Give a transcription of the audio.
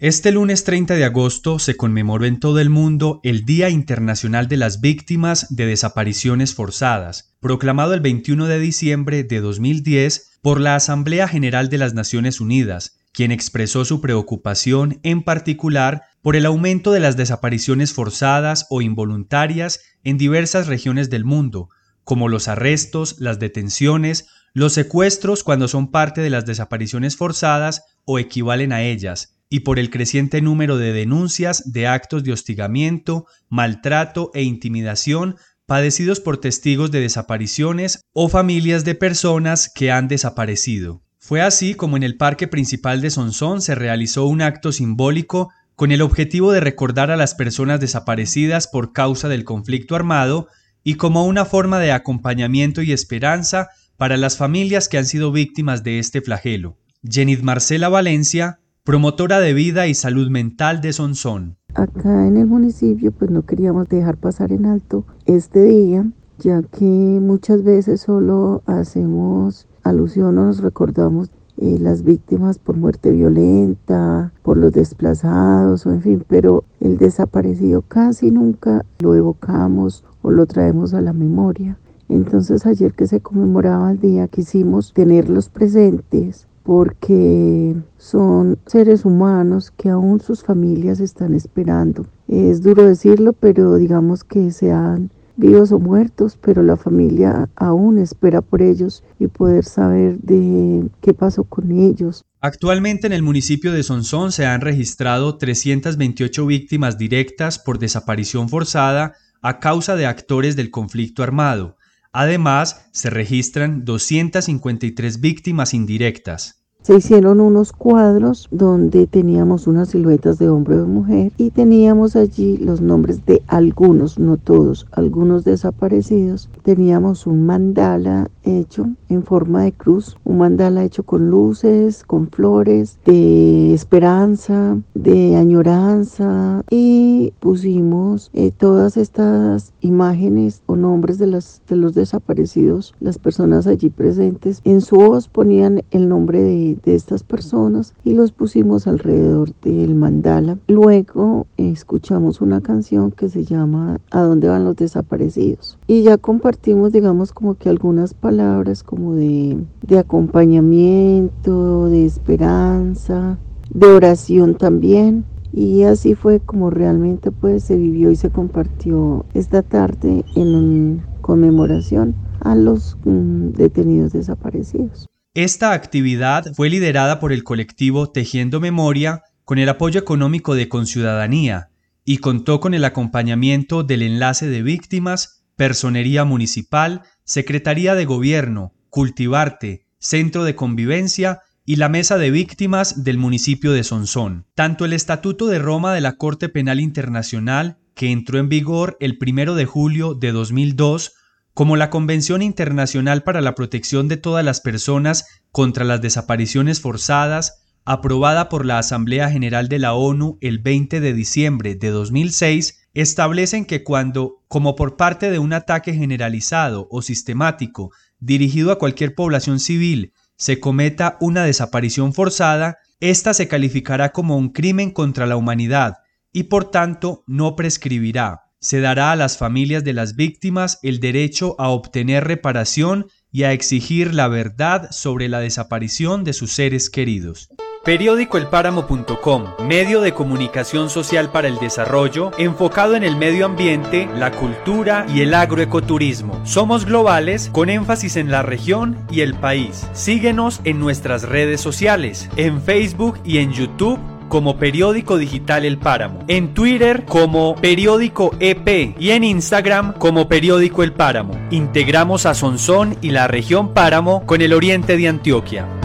Este lunes 30 de agosto se conmemoró en todo el mundo el Día Internacional de las Víctimas de Desapariciones Forzadas, proclamado el 21 de diciembre de 2010 por la Asamblea General de las Naciones Unidas, quien expresó su preocupación en particular por el aumento de las desapariciones forzadas o involuntarias en diversas regiones del mundo, como los arrestos, las detenciones, los secuestros cuando son parte de las desapariciones forzadas o equivalen a ellas, y por el creciente número de denuncias de actos de hostigamiento, maltrato e intimidación padecidos por testigos de desapariciones o familias de personas que han desaparecido. Fue así como en el parque principal de Sonsón se realizó un acto simbólico con el objetivo de recordar a las personas desaparecidas por causa del conflicto armado y como una forma de acompañamiento y esperanza para las familias que han sido víctimas de este flagelo. Yenid Marcela Valencia, promotora de vida y salud mental de Sonsón. Acá en el municipio pues no queríamos dejar pasar en alto este día, ya que muchas veces solo hacemos alusión o nos recordamos las víctimas por muerte violenta, por los desplazados, o en fin, pero el desaparecido casi nunca lo evocamos o lo traemos a la memoria. Entonces ayer que se conmemoraba el día quisimos tenerlos presentes porque son seres humanos que aún sus familias están esperando. Es duro decirlo, pero digamos que sean vivos o muertos, pero la familia aún espera por ellos y poder saber de qué pasó con ellos. Actualmente en el municipio de Sonsón se han registrado 328 víctimas directas por desaparición forzada a causa de actores del conflicto armado. Además, se registran 253 víctimas indirectas. Se hicieron unos cuadros donde teníamos unas siluetas de hombre o mujer y teníamos allí los nombres de algunos, no todos, algunos desaparecidos. Teníamos un mandala hecho en forma de cruz, un mandala hecho con luces, con flores, de esperanza, de añoranza, y pusimos todas estas imágenes o nombres de los desaparecidos, las personas allí presentes. En su voz ponían el nombre de estas personas y los pusimos alrededor del mandala. Luego escuchamos una canción que se llama ¿A dónde van los desaparecidos? Y ya compartimos, digamos, como que algunas palabras como de acompañamiento, de esperanza, de oración también. Y así fue como realmente pues se vivió y se compartió esta tarde en conmemoración a los detenidos desaparecidos. Esta actividad fue liderada por el colectivo Tejiendo Memoria con el apoyo económico de Conciudadanía y contó con el acompañamiento del Enlace de Víctimas, Personería Municipal, Secretaría de Gobierno, Cultivarte, Centro de Convivencia y la Mesa de Víctimas del municipio de Sonsón. Tanto el Estatuto de Roma de la Corte Penal Internacional, que entró en vigor el 1 de julio de 2002, como la Convención Internacional para la Protección de todas las personas contra las desapariciones forzadas, aprobada por la Asamblea General de la ONU el 20 de diciembre de 2006, establecen que cuando, como por parte de un ataque generalizado o sistemático dirigido a cualquier población civil, se cometa una desaparición forzada, ésta se calificará como un crimen contra la humanidad y por tanto no prescribirá. Se dará a las familias de las víctimas el derecho a obtener reparación y a exigir la verdad sobre la desaparición de sus seres queridos. Periódicoelpáramo.com, medio de comunicación social para el desarrollo, enfocado en el medio ambiente, la cultura y el agroecoturismo. Somos globales, con énfasis en la región y el país. Síguenos en nuestras redes sociales, en Facebook y en YouTube como Periódico Digital El Páramo, en Twitter como Periódico EP y en Instagram como Periódico El Páramo. Integramos a Sonsón y la región Páramo con el oriente de Antioquia.